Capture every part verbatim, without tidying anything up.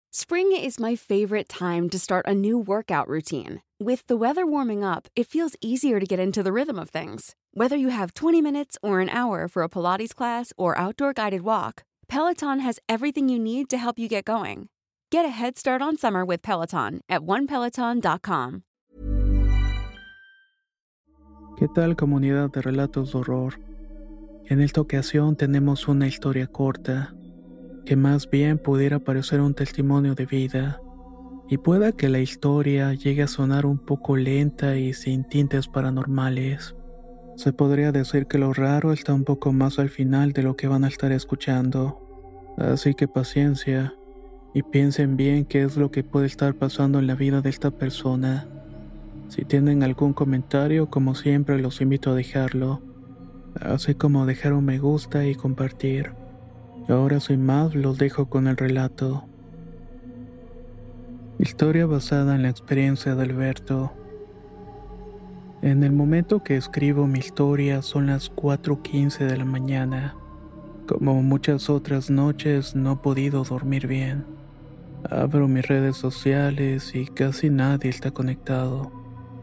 Spring is my favorite time to start a new workout routine. With the weather warming up, it feels easier to get into the rhythm of things. Whether you have twenty minutes or an hour for a Pilates class or outdoor guided walk, Peloton has everything you need to help you get going. Get a head start on summer with Peloton at one peloton dot com. ¿Qué tal, comunidad de relatos de horror? En esta ocasión tenemos una historia corta, que más bien pudiera parecer un testimonio de vida, y pueda que la historia llegue a sonar un poco lenta y sin tintes paranormales. Se podría decir que lo raro está un poco más al final de lo que van a estar escuchando, así que paciencia, y piensen bien qué es lo que puede estar pasando en la vida de esta persona. Si tienen algún comentario, como siempre los invito a dejarlo, así como dejar un me gusta y compartir. Ahora sin más, los dejo con el relato. Historia basada en la experiencia de Alberto. En el momento que escribo mi historia son las cuatro quince de la mañana. Como muchas otras noches no he podido dormir bien. Abro mis redes sociales y casi nadie está conectado.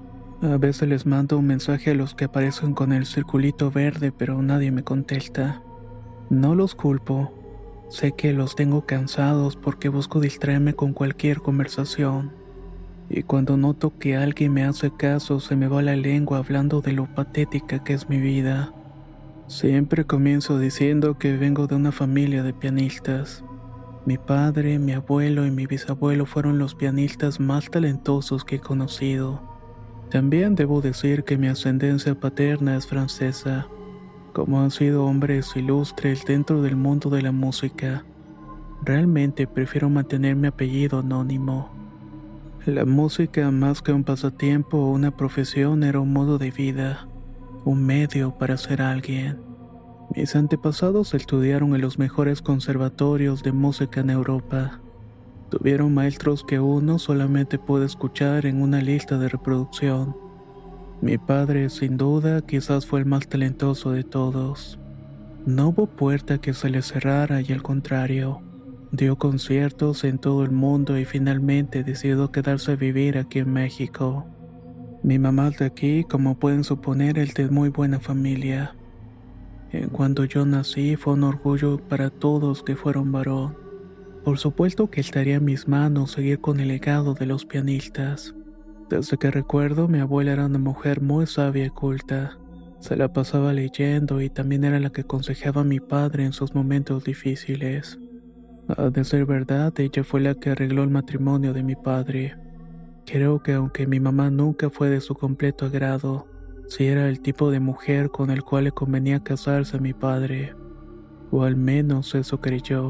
A veces les mando un mensaje a los que aparecen con el circulito verde, pero nadie me contesta. No los culpo. Sé que los tengo cansados porque busco distraerme con cualquier conversación. Y cuando noto que alguien me hace caso, se me va la lengua hablando de lo patética que es mi vida. Siempre comienzo diciendo que vengo de una familia de pianistas. Mi padre, mi abuelo y mi bisabuelo fueron los pianistas más talentosos que he conocido. También debo decir que mi ascendencia paterna es francesa. Como han sido hombres ilustres dentro del mundo de la música, realmente prefiero mantener mi apellido anónimo. La música, más que un pasatiempo o una profesión, era un modo de vida, un medio para ser alguien. Mis antepasados estudiaron en los mejores conservatorios de música en Europa. Tuvieron maestros que uno solamente puede escuchar en una lista de reproducción. Mi padre, sin duda, quizás fue el más talentoso de todos. No hubo puerta que se le cerrara y al contrario, dio conciertos en todo el mundo y finalmente decidió quedarse a vivir aquí en México. Mi mamá es de aquí, como pueden suponer, es de muy buena familia. En cuando yo nací fue un orgullo para todos que fuera un varón. Por supuesto que estaría en mis manos seguir con el legado de los pianistas. Desde que recuerdo, mi abuela era una mujer muy sabia y culta. Se la pasaba leyendo y también era la que aconsejaba a mi padre en sus momentos difíciles. A de ser verdad, ella fue la que arregló el matrimonio de mi padre. Creo que aunque mi mamá nunca fue de su completo agrado, sí era el tipo de mujer con el cual le convenía casarse a mi padre. O al menos eso creyó.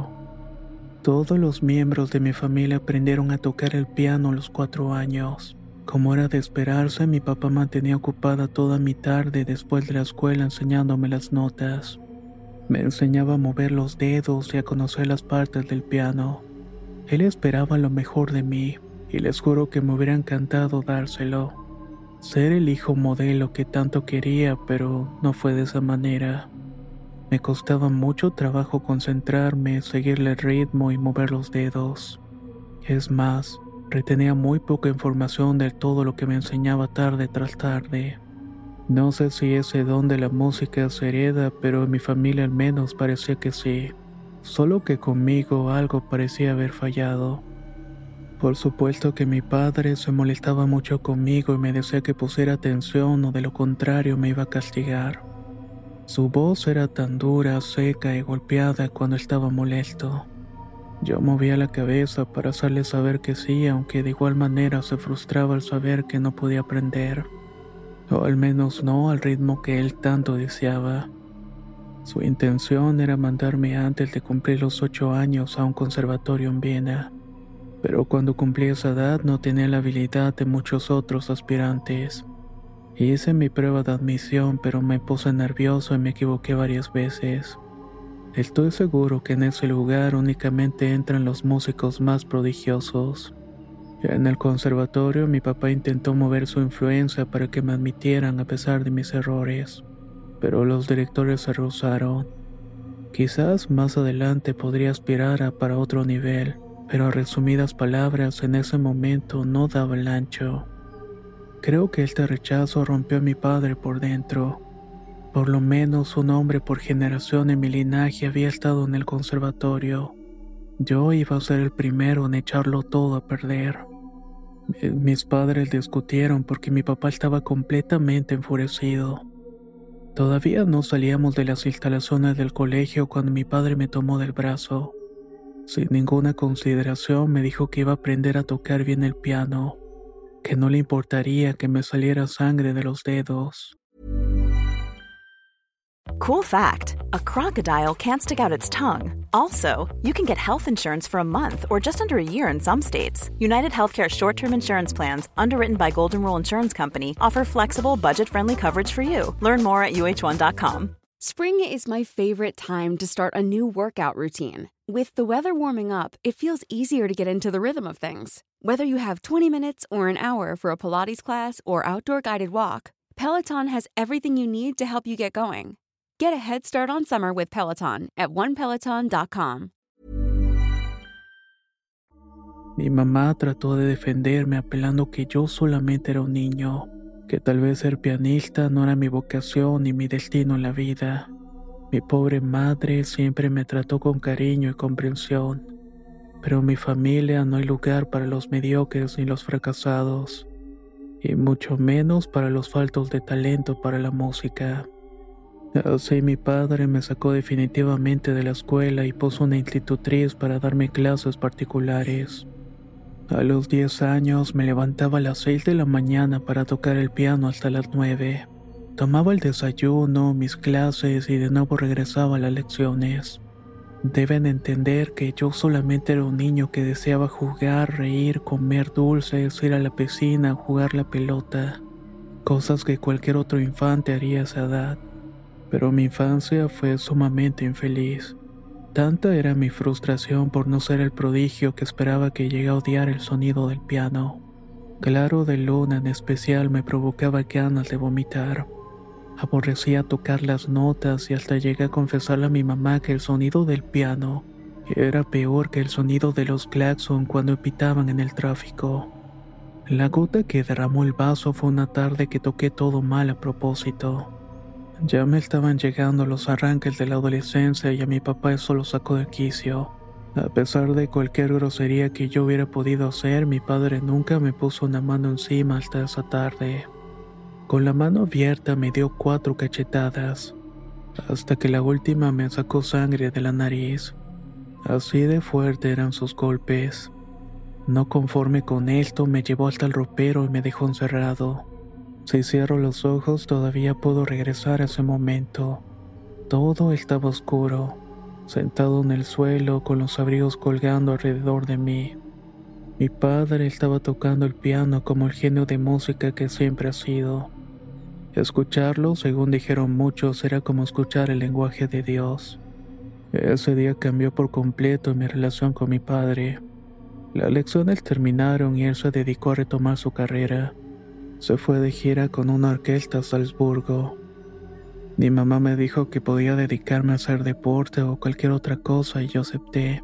Todos los miembros de mi familia aprendieron a tocar el piano a los cuatro años. Como era de esperarse, mi papá mantenía ocupada toda mi tarde después de la escuela enseñándome las notas. Me enseñaba a mover los dedos y a conocer las partes del piano. Él esperaba lo mejor de mí, y les juro que me hubiera encantado dárselo. Ser el hijo modelo que tanto quería, pero no fue de esa manera. Me costaba mucho trabajo concentrarme, seguirle el ritmo y mover los dedos. Es más, retenía muy poca información de todo lo que me enseñaba tarde tras tarde. No sé si ese don de la música se hereda, pero en mi familia al menos parecía que sí. Solo que conmigo algo parecía haber fallado. Por supuesto que mi padre se molestaba mucho conmigo y me decía que pusiera atención o de lo contrario me iba a castigar. Su voz era tan dura, seca y golpeada cuando estaba molesto. Yo movía la cabeza para hacerle saber que sí, aunque de igual manera se frustraba al saber que no podía aprender, o al menos no al ritmo que él tanto deseaba. Su intención era mandarme antes de cumplir los ocho años a un conservatorio en Viena, pero cuando cumplí esa edad no tenía la habilidad de muchos otros aspirantes. Hice mi prueba de admisión, pero me puse nervioso y me equivoqué varias veces. Estoy seguro que en ese lugar únicamente entran los músicos más prodigiosos. En el conservatorio mi papá intentó mover su influencia para que me admitieran a pesar de mis errores, pero los directores se rehusaron. Quizás más adelante podría aspirar a para otro nivel, pero a resumidas palabras, en ese momento no daba el ancho. Creo que este rechazo rompió a mi padre por dentro. Por lo menos un hombre por generación en mi linaje había estado en el conservatorio. Yo iba a ser el primero en echarlo todo a perder. Mis padres discutieron porque mi papá estaba completamente enfurecido. Todavía no salíamos de las instalaciones del colegio cuando mi padre me tomó del brazo. Sin ninguna consideración me dijo que iba a aprender a tocar bien el piano, que no le importaría que me saliera sangre de los dedos. Cool fact, a crocodile can't stick out its tongue. Also, you can get health insurance for a month or just under a year in some states. United Healthcare short-term insurance plans, underwritten by Golden Rule Insurance Company, offer flexible, budget-friendly coverage for you. Learn more at U H one dot com. Spring is my favorite time to start a new workout routine. With the weather warming up, it feels easier to get into the rhythm of things. Whether you have twenty minutes or an hour for a Pilates class or outdoor guided walk, Peloton has everything you need to help you get going. Get a head start on summer with Peloton at one peloton dot com. Mi mamá trató de defenderme apelando que yo solamente era un niño, que tal vez ser pianista no era mi vocación ni mi destino en la vida. Mi pobre madre siempre me trató con cariño y comprensión, pero en mi familia no hay lugar para los mediocres ni los fracasados, y mucho menos para los faltos de talento para la música. Así mi padre me sacó definitivamente de la escuela y puso una institutriz para darme clases particulares. A los diez años me levantaba a las seis de la mañana para tocar el piano hasta las nueve. Tomaba el desayuno, mis clases y de nuevo regresaba a las lecciones. Deben entender que yo solamente era un niño que deseaba jugar, reír, comer dulces, ir a la piscina, jugar la pelota. Cosas que cualquier otro infante haría a esa edad. Pero mi infancia fue sumamente infeliz. Tanta era mi frustración por no ser el prodigio que esperaba que llegué a odiar el sonido del piano. Claro de luna en especial me provocaba ganas de vomitar. Aborrecía tocar las notas y hasta llegué a confesarle a mi mamá que el sonido del piano era peor que el sonido de los claxon cuando pitaban en el tráfico. La gota que derramó el vaso fue una tarde que toqué todo mal a propósito. Ya me estaban llegando los arranques de la adolescencia y a mi papá eso lo sacó de quicio. A pesar de cualquier grosería que yo hubiera podido hacer, mi padre nunca me puso una mano encima hasta esa tarde. Con la mano abierta me dio cuatro cachetadas, hasta que la última me sacó sangre de la nariz. Así de fuerte eran sus golpes. No conforme con esto, me llevó hasta el ropero y me dejó encerrado. Si cierro los ojos todavía puedo regresar a ese momento. Todo estaba oscuro, sentado en el suelo con los abrigos colgando alrededor de mí. Mi padre estaba tocando el piano como el genio de música que siempre ha sido. Escucharlo, según dijeron muchos, era como escuchar el lenguaje de Dios. Ese día cambió por completo mi relación con mi padre. Las lecciones terminaron y él se dedicó a retomar su carrera. Se fue de gira con una orquesta a Salzburgo. Mi mamá me dijo que podía dedicarme a hacer deporte o cualquier otra cosa y yo acepté.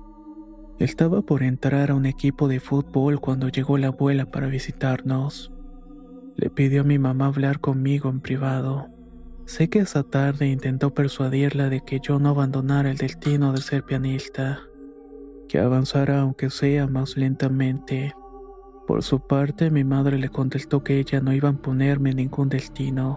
Estaba por entrar a un equipo de fútbol cuando llegó la abuela para visitarnos. Le pidió a mi mamá hablar conmigo en privado. Sé que esa tarde intentó persuadirla de que yo no abandonara el destino de ser pianista, que avanzara aunque sea más lentamente. Por su parte, mi madre le contestó que ella no iba a ponerme ningún destino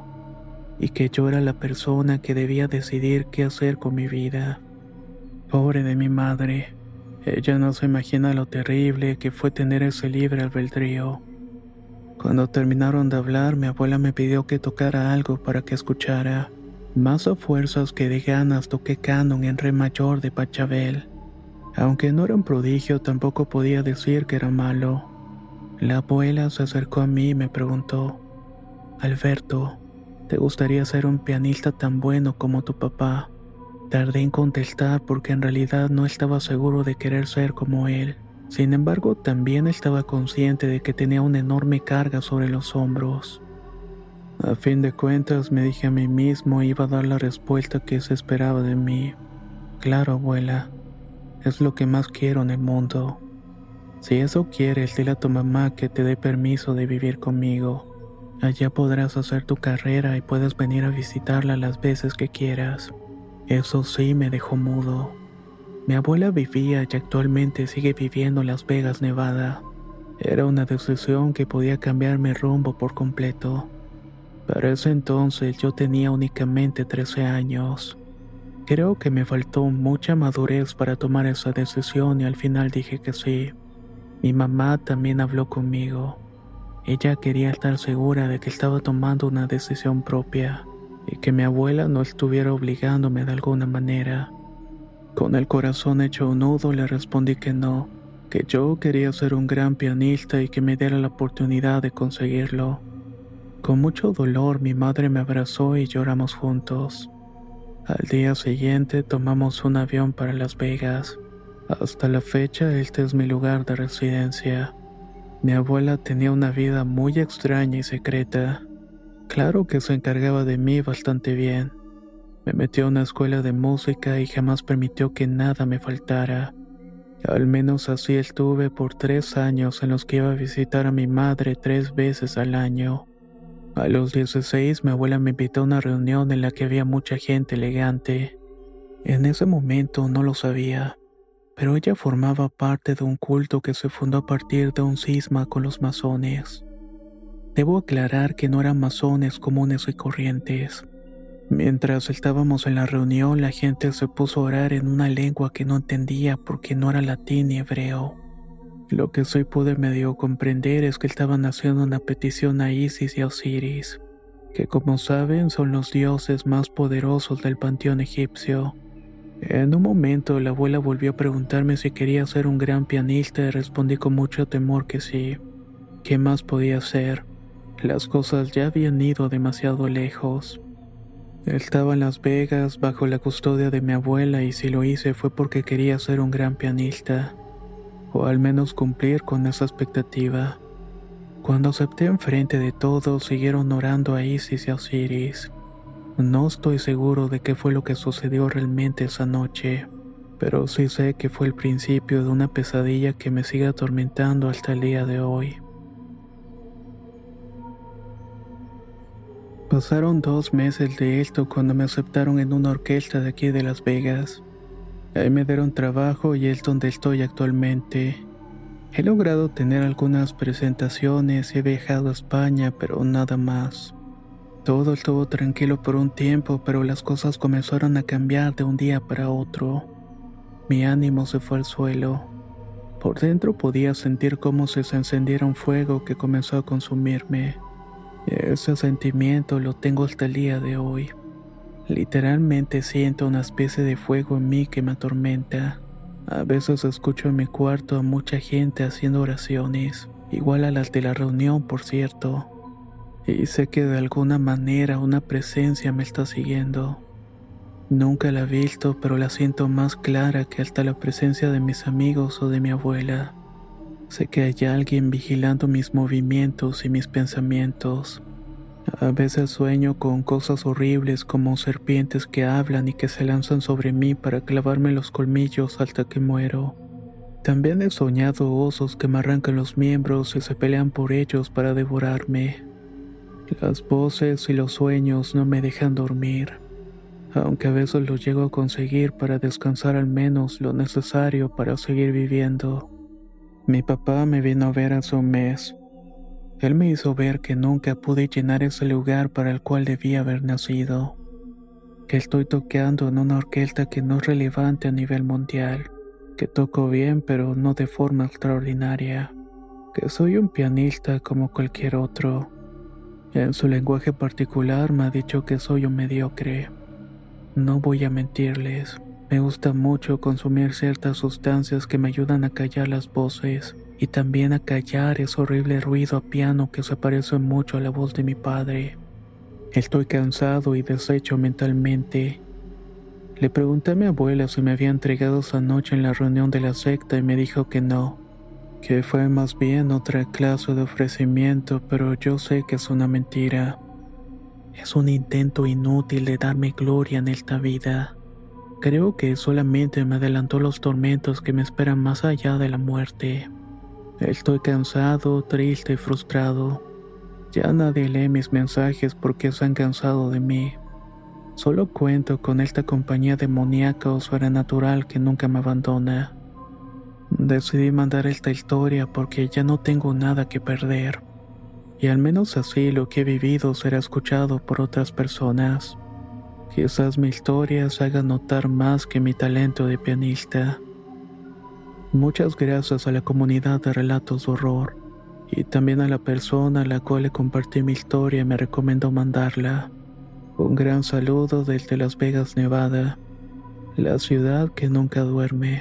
y que yo era la persona que debía decidir qué hacer con mi vida. Pobre de mi madre, ella no se imagina lo terrible que fue tener ese libre albedrío. Cuando terminaron de hablar, mi abuela me pidió que tocara algo para que escuchara. Más a fuerzas que de ganas toqué canon en re mayor de Pachelbel. Aunque no era un prodigio, tampoco podía decir que era malo. La abuela se acercó a mí y me preguntó: Alberto, ¿te gustaría ser un pianista tan bueno como tu papá? Tardé en contestar porque en realidad no estaba seguro de querer ser como él. Sin embargo, también estaba consciente de que tenía una enorme carga sobre los hombros. A fin de cuentas, me dije a mí mismo iba a dar la respuesta que se esperaba de mí. Claro, abuela, es lo que más quiero en el mundo. Si eso quieres, dile a tu mamá que te dé permiso de vivir conmigo. Allá podrás hacer tu carrera y puedes venir a visitarla las veces que quieras. Eso sí me dejó mudo. Mi abuela vivía y actualmente sigue viviendo en Las Vegas, Nevada. Era una decisión que podía cambiar mi rumbo por completo. Para ese entonces yo tenía únicamente trece años. Creo que me faltó mucha madurez para tomar esa decisión y al final dije que sí. Mi mamá también habló conmigo. Ella quería estar segura de que estaba tomando una decisión propia y que mi abuela no estuviera obligándome de alguna manera. Con el corazón hecho un nudo le respondí que no, que yo quería ser un gran pianista y que me diera la oportunidad de conseguirlo. Con mucho dolor mi madre me abrazó y lloramos juntos. Al día siguiente tomamos un avión para Las Vegas. Hasta la fecha este es mi lugar de residencia. Mi abuela tenía una vida muy extraña y secreta. Claro que se encargaba de mí bastante bien. Me metió a una escuela de música y jamás permitió que nada me faltara. Al menos así estuve por tres años en los que iba a visitar a mi madre tres veces al año. A los dieciséis mi abuela me invitó a una reunión en la que había mucha gente elegante. En ese momento no lo sabía, pero ella formaba parte de un culto que se fundó a partir de un cisma con los masones. Debo aclarar que no eran masones comunes y corrientes. Mientras estábamos en la reunión, la gente se puso a orar en una lengua que no entendía porque no era latín ni hebreo. Lo que sí pude medio comprender es que estaban haciendo una petición a Isis y a Osiris, que como saben son los dioses más poderosos del panteón egipcio. En un momento la abuela volvió a preguntarme si quería ser un gran pianista y respondí con mucho temor que sí. ¿Qué más podía hacer? Las cosas ya habían ido demasiado lejos. Estaba en Las Vegas bajo la custodia de mi abuela y si lo hice fue porque quería ser un gran pianista, o al menos cumplir con esa expectativa. Cuando acepté enfrente de todos, siguieron orando a Isis y a Osiris. No estoy seguro de qué fue lo que sucedió realmente esa noche, pero sí sé que fue el principio de una pesadilla que me sigue atormentando hasta el día de hoy. Pasaron dos meses de esto cuando me aceptaron en una orquesta de aquí de Las Vegas. Ahí me dieron trabajo y es donde estoy actualmente. He logrado tener algunas presentaciones y he viajado a España, pero nada más. Todo estuvo tranquilo por un tiempo, pero las cosas comenzaron a cambiar de un día para otro. Mi ánimo se fue al suelo. Por dentro podía sentir como si se encendiera un fuego que comenzó a consumirme. Ese sentimiento lo tengo hasta el día de hoy. Literalmente siento una especie de fuego en mí que me atormenta. A veces escucho en mi cuarto a mucha gente haciendo oraciones, igual a las de la reunión, por cierto. Y sé que de alguna manera una presencia me está siguiendo. Nunca la he visto, pero la siento más clara que hasta la presencia de mis amigos o de mi abuela. Sé que hay alguien vigilando mis movimientos y mis pensamientos. A veces sueño con cosas horribles como serpientes que hablan y que se lanzan sobre mí para clavarme los colmillos hasta que muero. También he soñado osos que me arrancan los miembros y se pelean por ellos para devorarme. Las voces y los sueños no me dejan dormir, aunque a veces los llego a conseguir para descansar al menos lo necesario para seguir viviendo. Mi papá me vino a ver hace un mes. Él me hizo ver que nunca pude llenar ese lugar para el cual debía haber nacido. Que estoy tocando en una orquesta que no es relevante a nivel mundial. Que toco bien pero no de forma extraordinaria. Que soy un pianista como cualquier otro. En su lenguaje particular me ha dicho que soy un mediocre. No voy a mentirles. Me gusta mucho consumir ciertas sustancias que me ayudan a callar las voces y también a callar ese horrible ruido a piano que se parece mucho a la voz de mi padre. Estoy cansado y deshecho mentalmente. Le pregunté a mi abuela si me había entregado esa noche en la reunión de la secta y me dijo que no, que fue más bien otra clase de ofrecimiento, pero yo sé que es una mentira. Es un intento inútil de darme gloria en esta vida. Creo que solamente me adelantó los tormentos que me esperan más allá de la muerte. Estoy cansado, triste y frustrado. Ya nadie lee mis mensajes porque se han cansado de mí. Solo cuento con esta compañía demoníaca o sobrenatural que nunca me abandona. Decidí mandar esta historia porque ya no tengo nada que perder. Y al menos así lo que he vivido será escuchado por otras personas. Quizás mi historia se haga notar más que mi talento de pianista. Muchas gracias a la comunidad de Relatos de Horror y también a la persona a la cual le compartí mi historia y me recomendó mandarla. Un gran saludo desde Las Vegas, Nevada, la ciudad que nunca duerme.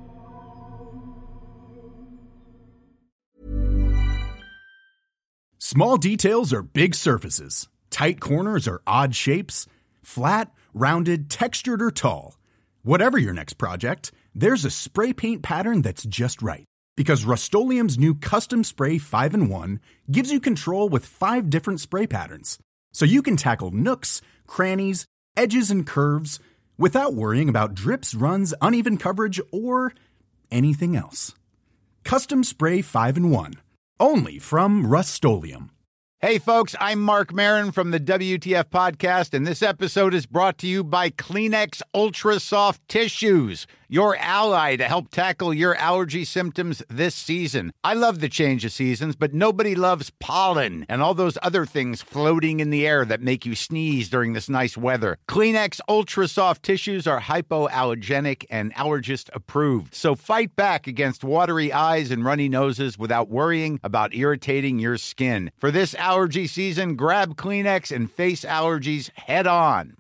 Small details are big surfaces. Tight corners are odd shapes. Flat, rounded, textured, or tall. Whatever your next project, there's a spray paint pattern that's just right. Because Rust-Oleum's new Custom Spray five in one gives you control with five different spray patterns. So you can tackle nooks, crannies, edges, and curves without worrying about drips, runs, uneven coverage, or anything else. Custom Spray five in one. Only from Rust-Oleum. Hey, folks, I'm Mark Maron from the W T F Podcast, and this episode is brought to you by Kleenex Ultra Soft Tissues, your ally to help tackle your allergy symptoms this season. I love the change of seasons, but nobody loves pollen and all those other things floating in the air that make you sneeze during this nice weather. Kleenex Ultra Soft Tissues are hypoallergenic and allergist approved, so fight back against watery eyes and runny noses without worrying about irritating your skin. For this allergy season, grab Kleenex and face allergies head on.